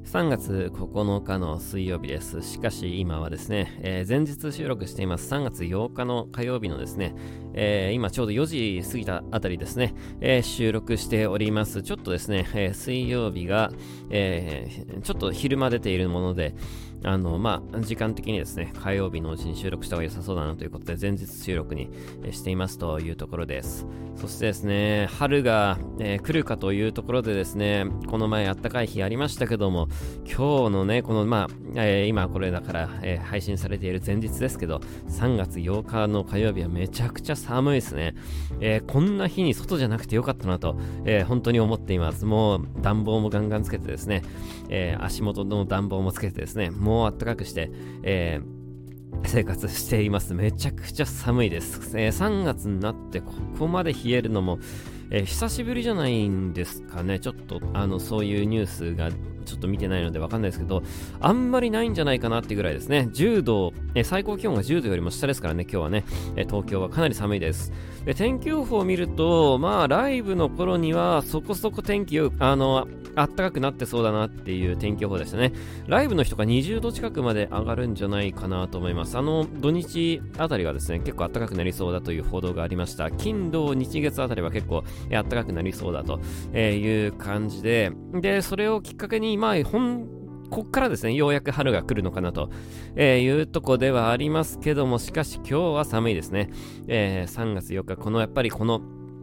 3月9日の水曜日です。しかし今はですね、前日収録しています3月8日の火曜日のですね、今ちょうど4時過ぎたあたりですね、収録しております。ちょっとですね、水曜日が、ちょっと昼間出ているもので、時間的にですね、火曜日のうちに収録した方が良さそうだなということで、前日収録にしていますというところです。そしてですね、春が、来るかというところでですね、この前暖かい日ありましたけども、今日のね、この今これだから、配信されている前日ですけど、3月8日の火曜日はめちゃくちゃ寒いですね。こんな日に外じゃなくてよかったなと、本当に思っています。もう暖房もガンガンつけてですね、足元の暖房もつけてですね、もう暖かくして、生活しています。めちゃくちゃ寒いです。3月になってここまで冷えるのも、久しぶりじゃないんですかね。ちょっとそういうニュースがちょっと見てないのでわかんないですけど、あんまりないんじゃないかなってぐらいですね。10度、最高気温が10度よりも下ですからね、今日はね、東京はかなり寒いです。天気予報を見ると、ライブの頃にはそこそこ天気あったかくなってそうだなっていう天気予報でしたね。ライブの人が20度近くまで上がるんじゃないかなと思います。土日あたりがですね、結構あったかくなりそうだという報道がありました。金土日月あたりは結構あったかくなりそうだという感じで、それをきっかけにこっからですね、ようやく春が来るのかなというとこではありますけども、しかし今日は寒いですね。3月4日、やっぱりこの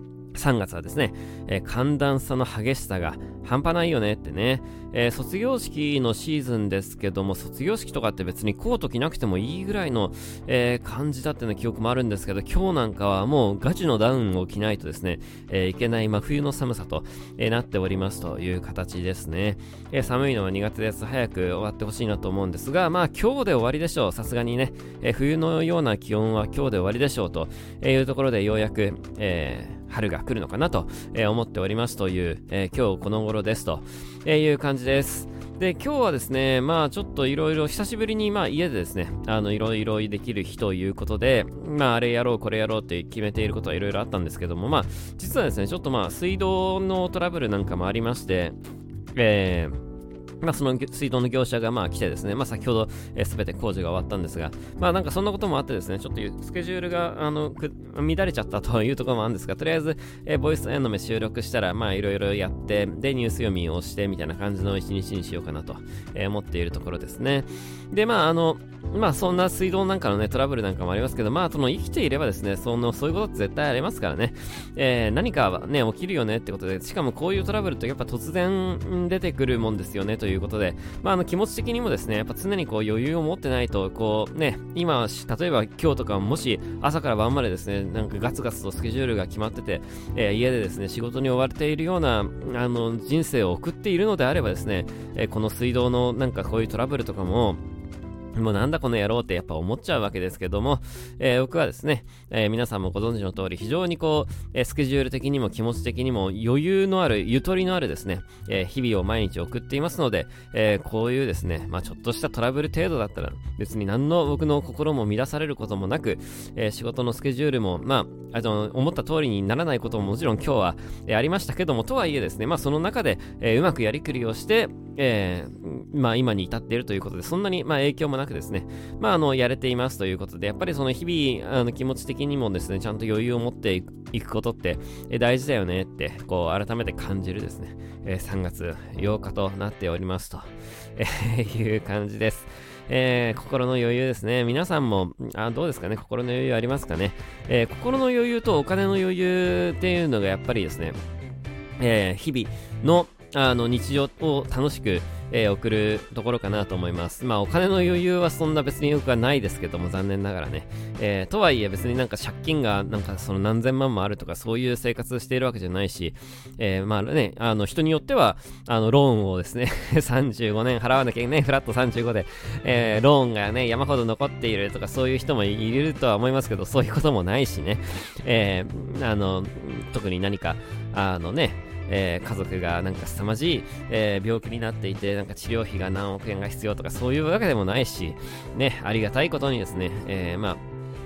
3月はですね、寒暖差の激しさが半端ないよねってね、卒業式のシーズンですけども、卒業式とかって別にコート着なくてもいいぐらいの、感じだっていう記憶もあるんですけど、今日なんかはもうガチのダウンを着ないとですね、いけない真冬の寒さと、なっておりますという形ですね。寒いのは苦手です。早く終わってほしいなと思うんですが、今日で終わりでしょう。さすがにね、冬のような気温は今日で終わりでしょうというところでようやく、春が来るのかなと思っておりますという、今日この頃ですという感じです。で、今日はですね、ちょっといろいろ久しぶりに家でですね、いろいろできる日ということで、あれやろうこれやろうって決めていることはいろいろあったんですけども、実はですね、ちょっと水道のトラブルなんかもありまして、その水道の業者が来てですね、先ほどすべて工事が終わったんですが、なんかそんなこともあってですね、ちょっとスケジュールが乱れちゃったというところもあるんですが、とりあえず、ボイスエンドメ収録したらいろいろやって、でニュース読みをしてみたいな感じの一日にしようかなと、思っているところですね。でそんな水道なんかのねトラブルなんかもありますけど、生きていればですね、そういうことって絶対ありますからね、何かね起きるよねってことで、しかもこういうトラブルってやっぱ突然出てくるもんですよねということで、気持ち的にもですね、やっぱ常に余裕を持ってないと今例えば今日とかもし朝から晩までですね、なんかガツガツとスケジュールが決まってて、家でですね仕事に追われているような人生を送っているのであればですね、この水道のなんかこういうトラブルとかもなんだこの野郎ってやっぱ思っちゃうわけですけども、僕はですね、皆さんもご存知の通り非常にスケジュール的にも気持ち的にも余裕のある、ゆとりのあるですね、日々を毎日送っていますので、こういうですね、ちょっとしたトラブル程度だったら別に何の僕の心も乱されることもなく、仕事のスケジュールも思った通りにならないことももちろん今日は、ありましたけども、とはいえですね、その中で、うまくやりくりをして、今に至っているということで、そんなに影響もなくですね、やれていますということで、やっぱりその日々気持ち的にもですね、ちゃんと余裕を持っていくことって、大事だよねって改めて感じるですね、3月8日となっておりますと、いう感じです。心の余裕ですね。皆さんもどうですかね、心の余裕ありますかね。心の余裕とお金の余裕っていうのがやっぱりですね、日々の日常を楽しく、送るところかなと思います。お金の余裕はそんな別によくはないですけども、残念ながらね、とはいえ別になんか借金がなんかその何千万もあるとかそういう生活しているわけじゃないし、人によってはローンをですね35年払わなきゃいけない、フラット35で、ローンがね山ほど残っているとかそういう人もいるとは思いますけど、そういうこともないしね、特に何か家族がなんか凄まじい、病気になっていて、なんか治療費が何億円が必要とかそういうわけでもないしね、ありがたいことにですね、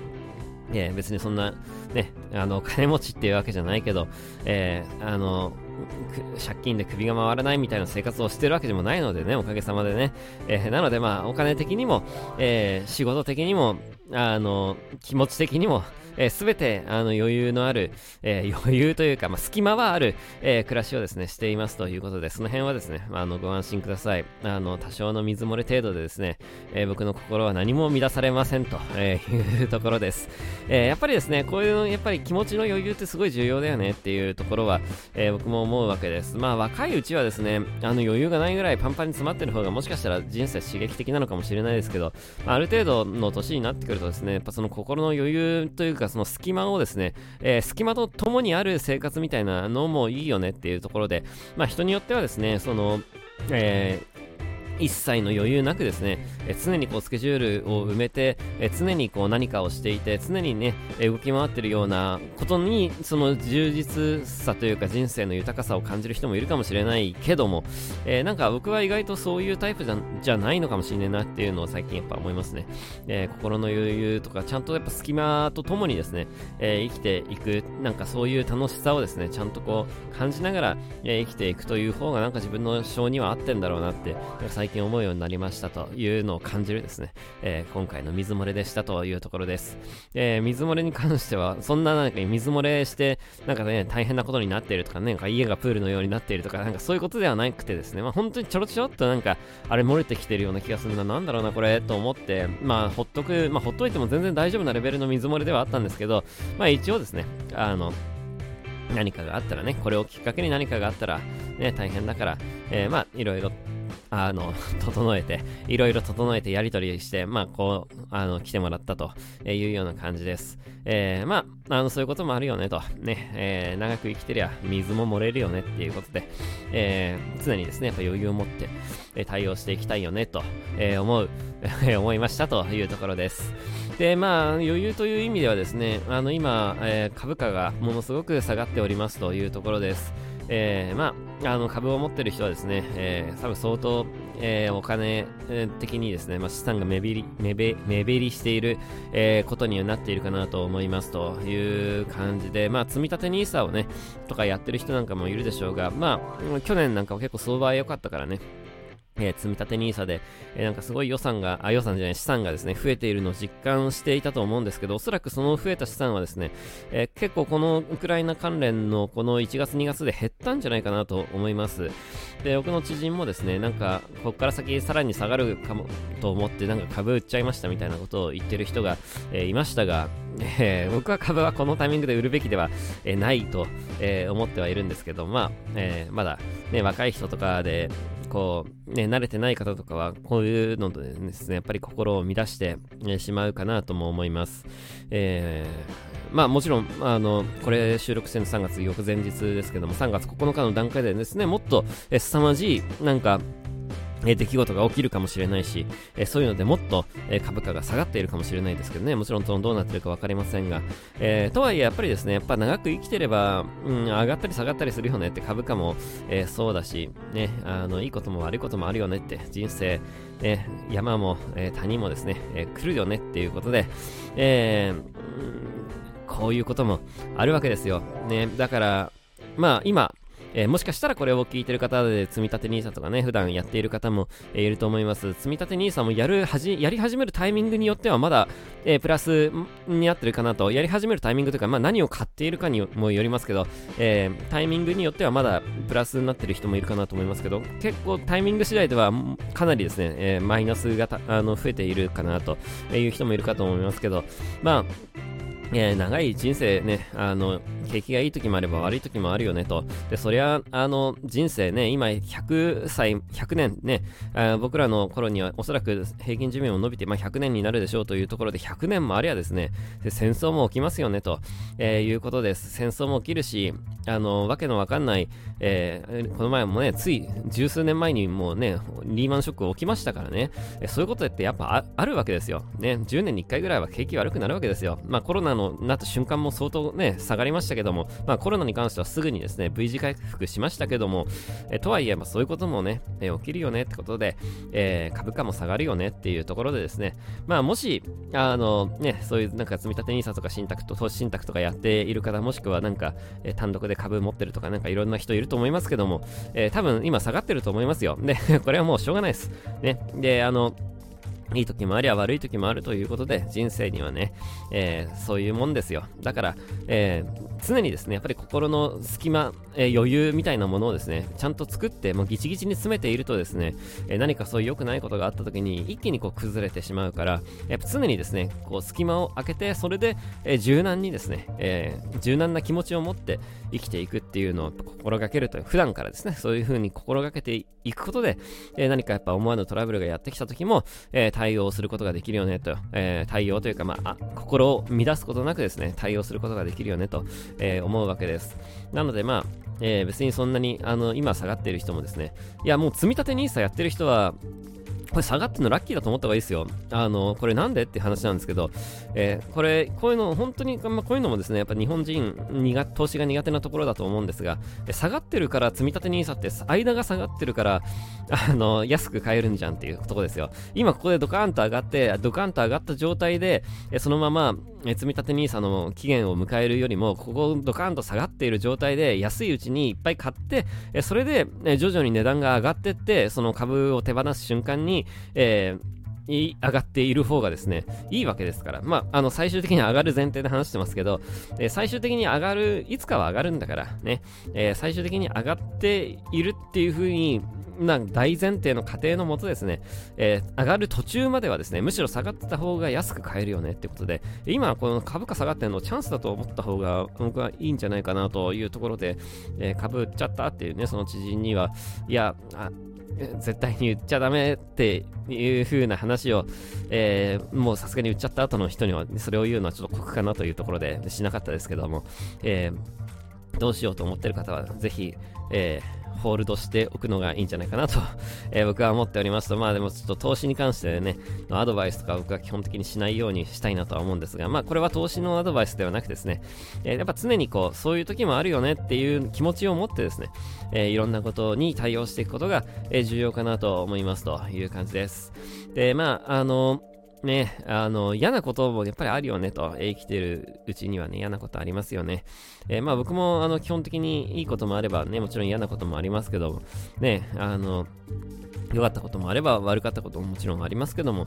別にそんなね金持ちっていうわけじゃないけど、 借金で首が回らないみたいな生活をしてるわけでもないのでね、おかげさまでね。なのでお金的にも、仕事的にも、気持ち的にも、すべて余裕のある、余裕というか、隙間はある、暮らしをですねしていますということで、その辺はですねご安心ください。多少の水漏れ程度でですね、僕の心は何も乱されませんと、いうところです。やっぱりですね、こういうやっぱり気持ちの余裕ってすごい重要だよねっていうところは、僕も思うわけです。若いうちはですね余裕がないぐらいパンパンに詰まってる方がもしかしたら人生刺激的なのかもしれないですけど、ある程度の年になってくるとですね、やっぱその心の余裕というかその隙間をですね、隙間と共にある生活みたいなのもいいよねっていうところで、人によってはですねその、一切の余裕なくですね、常にこうスケジュールを埋めて、常にこう何かをしていて常にね、動き回ってるようなことにその充実さというか人生の豊かさを感じる人もいるかもしれないけども、なんか僕は意外とそういうタイプじゃないのかもしれないなっていうのを最近やっぱ思いますね。心の余裕とかちゃんとやっぱ隙間とともにですね、生きていく、なんかそういう楽しさをですねちゃんとこう感じながら、生きていくという方がなんか自分の性には合ってんだろうなって最近思うようになりましたというのを感じるですね、今回の水漏れでしたというところです。水漏れに関してはそんななんか水漏れしてなんかね大変なことになっているとかね、なんか家がプールのようになっているとかなんかそういうことではなくてですね、本当にちょろちょろっとなんかあれ漏れてきてるような気がするな、なんだろうなこれと思って、ほっといても全然大丈夫なレベルの水漏れではあったんですけど、一応ですね何かがあったらね、これをきっかけに何かがあったらね大変だから、いろいろいろいろ整えてやり取りして、来てもらったというような感じです。そういうこともあるよねと。ね、長く生きてりゃ水も漏れるよねっていうことで、常にですね、やっぱ余裕を持って、対応していきたいよねと、思いましたというところです。で、余裕という意味ではですね、今、株価がものすごく下がっておりますというところです。株を持っている人はですね、多分相当、お金、的にですね、資産が目減りしている、ことにはなっているかなと思いますという感じで、積み立て NISA をねとかやってる人なんかもいるでしょうが、去年なんかは結構相場は良かったからね、積み立て NISA で、なんかすごい資産がですね、増えているのを実感していたと思うんですけど、おそらくその増えた資産はですね、結構このウクライナ関連のこの1月2月で減ったんじゃないかなと思います。で、僕の知人もですね、なんかここから先さらに下がるかもと思ってなんか株売っちゃいましたみたいなことを言ってる人が、いましたが、僕は株はこのタイミングで売るべきでは、ないと、思ってはいるんですけど、まだ、ね、若い人とかでこうね慣れてない方とかはこういうのでですねやっぱり心を乱して、しまうかなとも思います。もちろんこれ収録しての3月翌前日ですけども、3月9日の段階でですねもっと凄まじいなんか出来事が起きるかもしれないし、そういうのでもっと、株価が下がっているかもしれないですけどね、もちろんどうなっているか分かりませんが、とはいえやっぱりですね、やっぱ長く生きてれば、上がったり下がったりするよねって、株価も、そうだし、ね、いいことも悪いこともあるよねって、人生、山も、谷もですね、来るよねっていうことで、こういうこともあるわけですよ。ね、だから、今、もしかしたらこれを聞いてる方で積み立て NISA とかね普段やっている方も、いると思います。積み立て NISA もやり始めるタイミングによってはまだ、プラスになってるかなと。やり始めるタイミングというか、何を買っているかにもよりますけど、タイミングによってはまだプラスになってる人もいるかなと思いますけど、結構タイミング次第ではかなりですね、マイナスが増えているかなという人もいるかと思いますけど、長い人生ね、景気がいい時もあれば悪い時もあるよねと。で、そりゃ、人生ね、今100年ね、僕らの頃にはおそらく平均寿命も伸びて、100年になるでしょうというところで、100年もありゃですね、で戦争も起きますよねと、いうことです。戦争も起きるし、わけのわかんない、この前もね、つい十数年前にもうね、リーマンショック起きましたからね、そういうことってやっぱあるわけですよ。ね、10年に1回ぐらいは景気悪くなるわけですよ。コロナのなった瞬間も相当ね、下がりましたけけども、コロナに関してはすぐにですね V 字回復しましたけども、とはいえそういうこともね、起きるよねってことで、株価も下がるよねっていうところでですね、もしそういうなんか積み立て NISA とか投資信託とかやっている方、もしくはなんか、単独で株持ってるとかなんかいろんな人いると思いますけども、多分今下がってると思いますよ。でこれはもうしょうがないですね。でいい時もありゃ悪い時もあるということで、人生にはね、そういうもんですよ。だから、常にですね、やっぱり心の隙間、余裕みたいなものをですね、ちゃんと作って、もうギチギチに詰めているとですね、何かそういう良くないことがあった時に一気にこう崩れてしまうから、やっぱ常にですね、こう隙間を空けて、それで、柔軟にですね、柔軟な気持ちを持って生きていくっていうのを心がけるという、普段からですね、そういう風に心がけていくことで、何かやっぱ思わぬトラブルがやってきた時も、対応することができるよねと、対応というか、心を乱すことなくですね、対応することができるよねと、思うわけです。なので別にそんなに今下がっている人もですね、いやもう積み立て NISA やってる人はこれ下がってるのラッキーだと思った方がいいですよ。これなんでって話なんですけど、こういうの本当に、こういうのもですね、やっぱ日本人投資が苦手なところだと思うんですが、下がってるから積み立て NISA って間が下がってるから安く買えるんじゃんっていうところですよ。今ここでドカーンと上がった状態でそのまま積み立て NISA の期限を迎えるよりも、ここドカーンと下がっている状態で安いうちにいっぱい買って、それで徐々に値段が上がってって、その株を手放す瞬間に上がっている方がですね、いいわけですから。最終的に上がる前提で話してますけど、最終的に上がる、いつかは上がるんだからね、最終的に上がっているっていう風に大前提の過程のもとですね、上がる途中まではですね、むしろ下がってた方が安く買えるよねってことで、今この株価下がってるのをチャンスだと思った方が僕はいいんじゃないかなというところで、株売っちゃったっていうね、その知人には、いや絶対に売っちゃダメっていう風な話を、もうさすがに売っちゃった後の人にはそれを言うのはちょっと酷かなというところでしなかったですけども、どうしようと思ってる方はぜひ、ホールドしておくのがいいんじゃないかなと、僕は思っておりますと、でもちょっと投資に関してね、アドバイスとか僕は基本的にしないようにしたいなとは思うんですが、これは投資のアドバイスではなくですね、やっぱ常にこう、そういう時もあるよねっていう気持ちを持ってですね、いろんなことに対応していくことが、重要かなと思いますという感じです。で、嫌なこともやっぱりあるよねと、生きてるうちにはね、嫌なことありますよね。僕も基本的にいいこともあればね、もちろん嫌なこともありますけども、ね、良かったこともあれば悪かったことももちろんありますけども、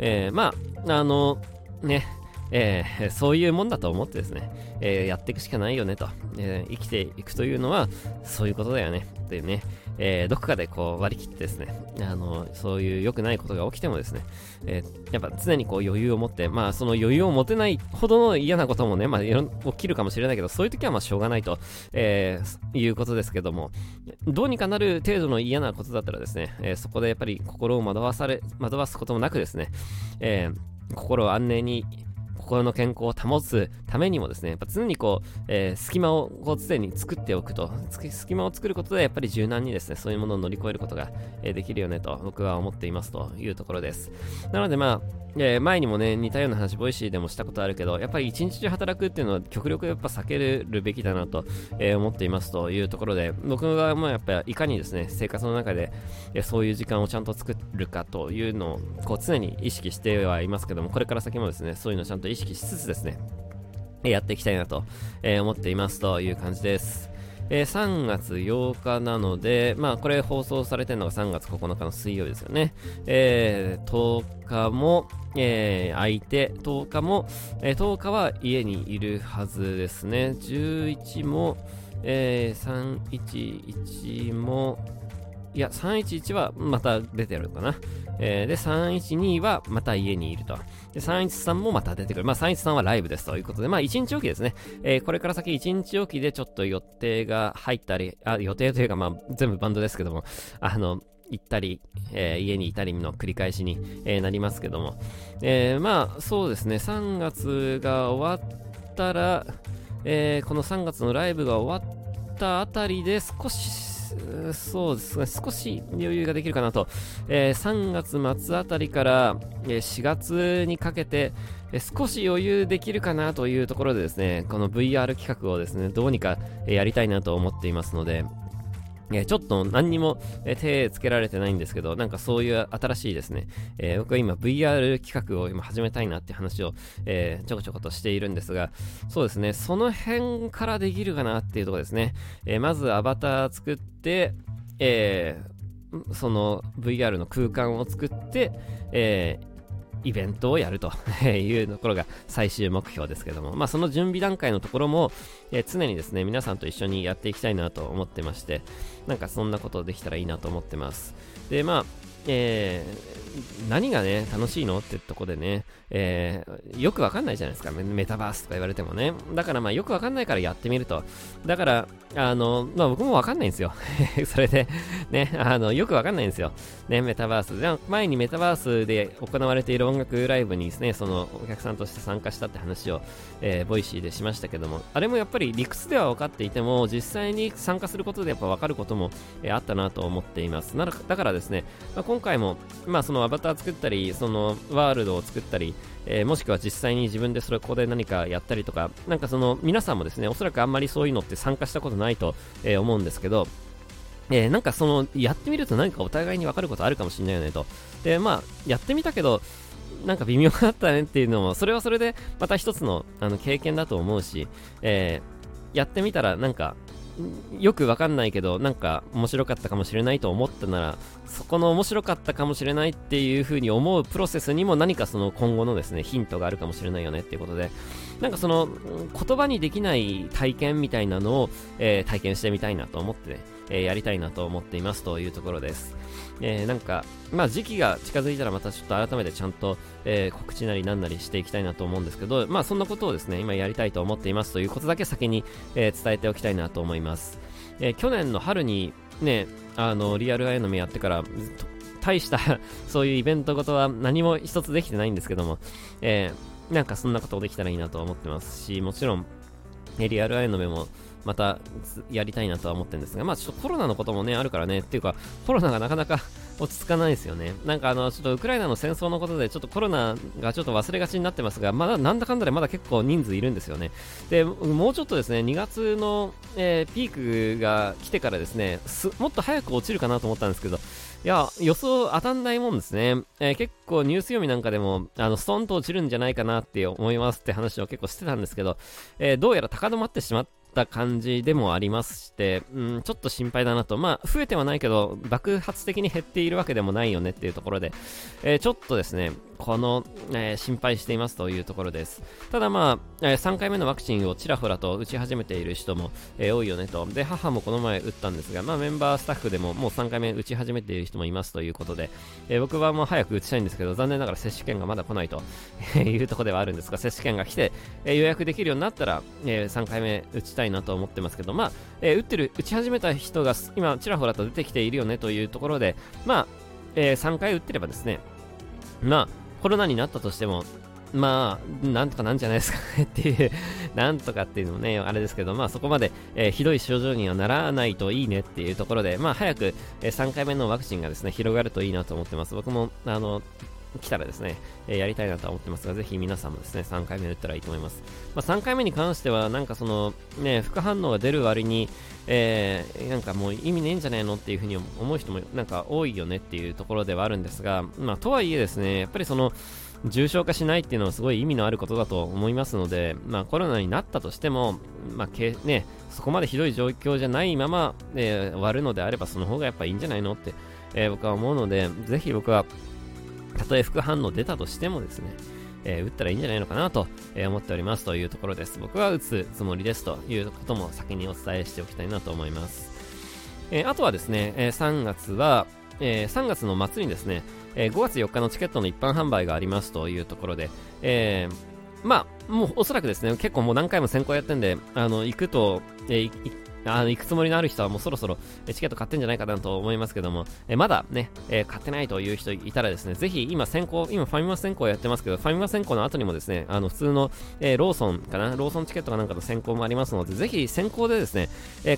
そういうもんだと思ってですね、やっていくしかないよねと、生きていくというのはそういうことだよねっていうね、どこかでこう割り切ってですね、そういう良くないことが起きてもですね、やっぱ常にこう余裕を持って、その余裕を持てないほどの嫌なこともね、起きるかもしれないけど、そういう時はしょうがないと、いうことですけども、どうにかなる程度の嫌なことだったらですね、そこでやっぱり心を惑わすこともなくですね、心を安寧に心の健康を保つためにもですね、やっぱ常にこう、隙間をこう常に作っておくと、隙間を作ることでやっぱり柔軟にですね、そういうものを乗り越えることが、できるよねと僕は思っていますというところです。なので前にもね、似たような話、ボイシーでもしたことあるけど、やっぱり一日中働くっていうのは極力やっぱ避けるべきだなと、思っていますというところで、僕がやっぱりいかにですね、生活の中で、そういう時間をちゃんと作るかというのをこう常に意識してはいますけども、これから先もですね、そういうのをちゃんと意識しつつですね、やっていきたいなと、思っていますという感じです。3月8日なので、これ放送されてるのが3月9日の水曜日ですよね。10日も、空いて、10日も、10日は家にいるはずですね。11も、311も、いや、311はまた出てるのかな。で、312はまた家にいると。で、313もまた出てくる。313はライブですということで、1日おきですね。これから先1日おきでちょっと予定が入ったり、予定というか全部バンドですけども、行ったり、家にいたりの繰り返しに、なりますけども。そうですね、3月が終わったら、この3月のライブが終わったあたりでそうですね、少し余裕ができるかなと、3月末あたりから、4月にかけて、 少し余裕できるかなというところでですね、この VR 企画をですね、どうにかやりたいなと思っていますので、ちょっと何にも手つけられてないんですけど、なんかそういう新しいですね、僕は今 VR 企画を今始めたいなって話を、ちょこちょことしているんですが、そうですね、その辺からできるかなっていうところですね。まずアバター作って、その VR の空間を作って、イベントをやるというところが最終目標ですけども、その準備段階のところも、常にですね、皆さんと一緒にやっていきたいなと思ってまして、なんかそんなことできたらいいなと思ってます。で、何がね、楽しいのってとこでね、よくわかんないじゃないですか。メタバースとか言われてもね。だからよくわかんないからやってみると。だから、僕もわかんないんですよ。それで、ね、よくわかんないんですよ。ね、メタバース。で前にメタバースで行われている音楽ライブにですね、そのお客さんとして参加したって話を、ボイシーでしましたけども、あれもやっぱり理屈では分かっていても、実際に参加することでやっぱ分かることも、あったなと思っています。だからですね、今回も、そのアバター作ったり、そのワールドを作ったり、もしくは実際に自分でここで何かやったりとか、なんかその皆さんもですね、おそらくあんまりそういうのって参加したことないと、思うんですけど、なんかそのやってみると何かお互いに分かることあるかもしれないよねと。で、やってみたけど、なんか微妙だったねっていうのも、それはそれでまた一つの、経験だと思うし、やってみたらなんかよくわかんないけど、なんか面白かったかもしれないと思ったなら、そこの面白かったかもしれないっていう風に思うプロセスにも何かその今後のですね、ヒントがあるかもしれないよねっていうことで、なんかその言葉にできない体験みたいなのを、体験してみたいなと思って、やりたいなと思っていますというところです。なんか時期が近づいたらまたちょっと改めてちゃんと、告知なりなんなりしていきたいなと思うんですけど、そんなことをですね今やりたいと思っていますということだけ先に、伝えておきたいなと思います。去年の春にねリアルアイの目やってから大したそういうイベントごとは何も一つできてないんですけども、なんかそんなことをできたらいいなと思ってますし、もちろんリアルアイの目もまたやりたいなとは思ってるんですが、ちょっとコロナのこともねあるからね、っていうかコロナがなかなか落ち着かないですよね。なんかちょっとウクライナの戦争のことでちょっとコロナがちょっと忘れがちになってますが、まだなんだかんだでまだ結構人数いるんですよね。でもうちょっとですね、2月の、ピークが来てからですね、もっと早く落ちるかなと思ったんですけど、いや予想当たんないもんですね。結構ニュース読みなんかでもストンと落ちるんじゃないかなって思いますって話を結構してたんですけど、どうやら高止まってしまった感じでもありまして、ちょっと心配だなと。増えてはないけど爆発的に減っているわけでもないよねっていうところで、ちょっとですねこの、心配していますというところです。ただ3回目のワクチンをちらほらと打ち始めている人も、多いよねと。で母もこの前打ったんですが、メンバースタッフでももう3回目打ち始めている人もいますということで、僕はもう早く打ちたいんですけど、残念ながら接種券がまだ来ないというところではあるんですが、接種券が来て、予約できるようになったら、3回目打ちたいなと思ってますけど、打ち始めた人が今ちらほらと出てきているよねというところで、3回打ってればですね、コロナになったとしてもなんとかなんじゃないですかねっていうなんとかっていうのもねあれですけど、そこまで、ひどい症状にはならないといいねっていうところで、早く、3回目のワクチンがですね広がるといいなと思ってます。僕も来たらですね、やりたいなと思ってますが、ぜひ皆さんもですね3回目打ったらいいと思います。3回目に関してはなんかそのね副反応が出る割に、なんかもう意味ねえんじゃないのっていう風に思う人もなんか多いよねっていうところではあるんですが、とはいえですねやっぱりその重症化しないっていうのはすごい意味のあることだと思いますので、コロナになったとしても、そこまでひどい状況じゃないまま、終わるのであればその方がやっぱいいんじゃないのって、僕は思うので、ぜひ僕はたとえ副反応出たとしてもですね、打ったらいいんじゃないのかなと、思っておりますというところです。僕は打つつもりですということも先にお伝えしておきたいなと思います。あとはですね、3月は、3月の末にですね、5月4日のチケットの一般販売がありますというところで、もうおそらくですね、結構もう何回も先行やってんで、行くと、行くつもりのある人はもうそろそろチケット買ってんじゃないかなと思いますけども、まだね、買ってないという人いたらですね、ぜひ今ファミマ先行やってますけど、ファミマ先行の後にもですね、普通の、ローソンチケットかなんかの先行もありますので、ぜひ先行でですね、買って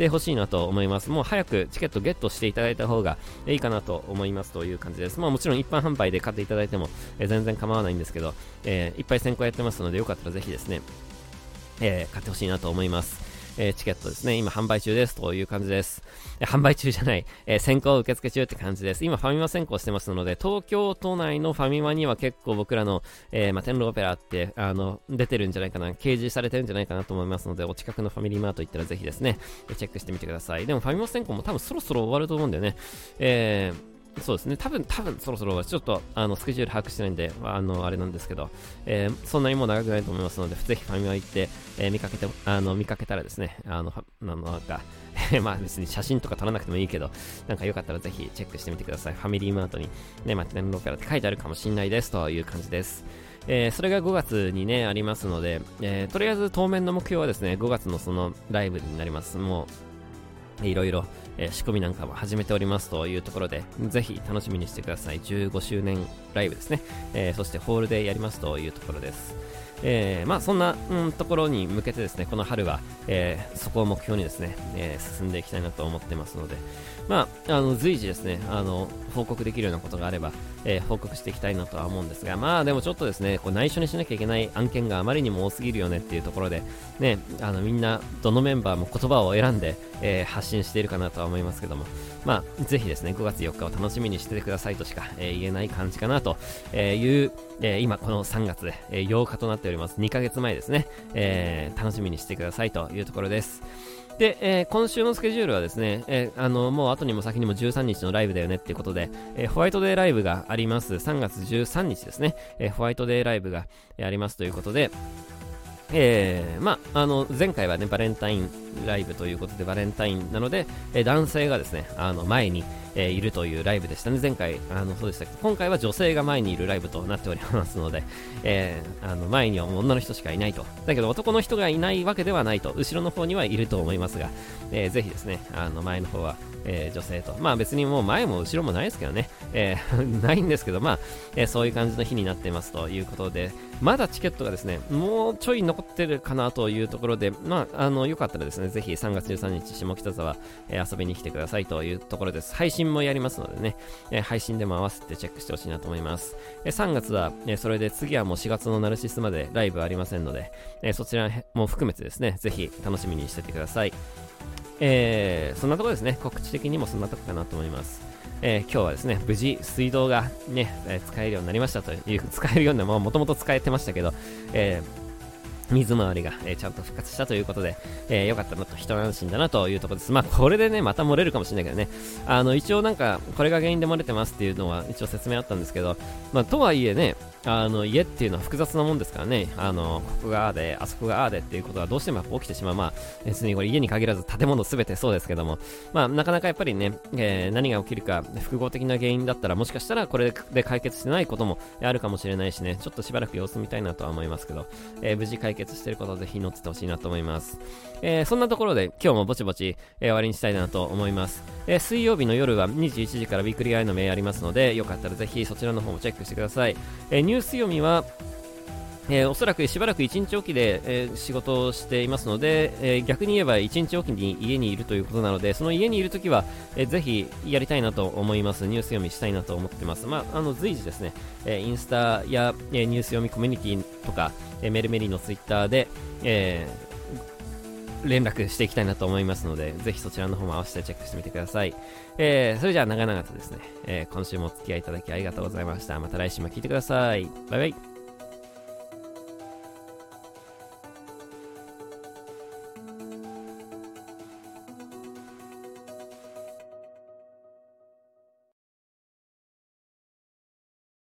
ってほしいなと思います。もう早くチケットゲットしていただいた方がいいかなと思いますという感じです。もちろん一般販売で買っていただいても、全然構わないんですけど、いっぱい先行やってますので、よかったらぜひですね、買ってほしいなと思います。チケットですね、今販売中ですという感じです。販売中じゃない、先行受付中って感じです。今ファミマ先行してますので、東京都内のファミマには結構僕らの、天狼オペラって出てるんじゃないかな、掲示されてるんじゃないかなと思いますので、お近くのファミリーマート行ったらぜひですね、チェックしてみてください。でもファミマ先行も多分そろそろ終わると思うんだよね。そうですね、多分そろそろちょっとスケジュール把握してないんであれなんですけど、そんなにもう長くないと思いますので、ぜひファミマ行って、見かけたらですね、なんか別に写真とか撮らなくてもいいけど、なんかよかったらぜひチェックしてみてください。ファミリーマートにね、天狼オペラって書いてあるかもしれないですという感じです。それが5月にねありますので、とりあえず当面の目標はですね、5月のそのライブになります。もういろいろ仕込みなんかも始めておりますというところで、ぜひ楽しみにしてください。15周年ライブですね、そしてホールでやりますというところです。そんな、ところに向けてですね、この春は、そこを目標にですね、進んでいきたいなと思ってますので、随時ですね、報告できるようなことがあれば、報告していきたいなとは思うんですが、でもちょっとですね、こう内緒にしなきゃいけない案件があまりにも多すぎるよねっていうところで、ね、みんな、どのメンバーも言葉を選んで、発信しているかなとは思いますけども、ぜひですね、5月4日を楽しみにしててくださいとしか、言えない感じかなという、今この3月で、8日となっております。2ヶ月前ですね、楽しみにしてくださいというところです。で、今週のスケジュールはですね、もう後にも先にも13日のライブだよねっていうことで、ホワイトデーライブがあります。3月13日ですね、ホワイトデーライブがありますということで、前回はねバレンタインライブということでバレンタインなので、男性がですね前に、いるというライブでしたね。前回そうでしたけど、今回は女性が前にいるライブとなっておりますので、前には女の人しかいないと。だけど男の人がいないわけではないと。後ろの方にはいると思いますが、ぜひですね前の方は、女性と、別にもう前も後ろもないですけどね、ないんですけど、そういう感じの日になっていますということで、まだチケットがですねもうちょい残ってるかなというところで、よかったらですね、ぜひ3月13日下北沢、遊びに来てくださいというところです。配信もやりますのでね、配信でも合わせてチェックしてほしいなと思います。3月は、それで次はもう4月のナルシスまでライブありませんので、そちらも含めてですね、ぜひ楽しみにしててください。そんなところですね。告知的にもそんなとこかなと思います。今日はですね、無事水道がね、使えるようになりましたという、使えるようなもともと使えてましたけど、水回りが、ちゃんと復活したということで、よかったなと、一安心だなというところです。これでね、また漏れるかもしれないけどね、一応なんか、これが原因で漏れてますっていうのは一応説明あったんですけど、とはいえね、家っていうのは複雑なもんですからね、ここがああで、あそこがああでっていうことはどうしてもやっぱ起きてしまう。別にこれ家に限らず建物すべてそうですけども、なかなかやっぱりね、何が起きるか、複合的な原因だったら、もしかしたらこれで解決してないこともあるかもしれないしね、ちょっとしばらく様子見たいなとは思いますけど、無事解決していることをぜひ乗っててほしいなと思います。そんなところで今日もぼちぼち、終わりにしたいなと思います。水曜日の夜は21時からウィークリーアイの名ありますので、よかったらぜひそちらの方もチェックしてください。ニュース読みはおそらくしばらく1日おきで、仕事をしていますので、逆に言えば1日おきに家にいるということなので、その家にいるときは、ぜひやりたいなと思います。ニュース読みしたいなと思ってます。随時ですね、インスタや、ニュース読みコミュニティとか、メルメリのツイッターで、連絡していきたいなと思いますので、ぜひそちらの方も合わせてチェックしてみてください。それじゃあ長々とですね、今週もお付き合いいただきありがとうございました。また来週も聞いてください。バイバイ。